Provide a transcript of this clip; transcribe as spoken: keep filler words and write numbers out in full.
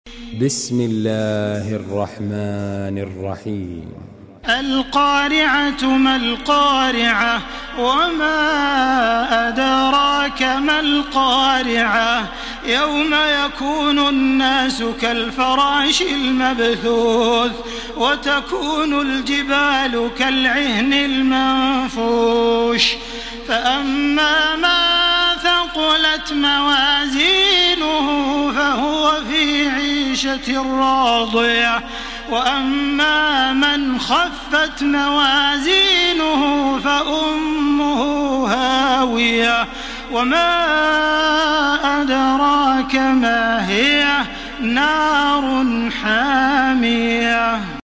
بسم الله الرحمن الرحيم. القارعة ما القارعة وما أدراك ما القارعة يوم يكون الناس كالفراش المبثوث وتكون الجبال كالعهن المنفوش فأما من ثقلت موازينه فهو في عيشة راضية وأما من خفت موازينه فأمه هاوية وما أدراك ما هي نار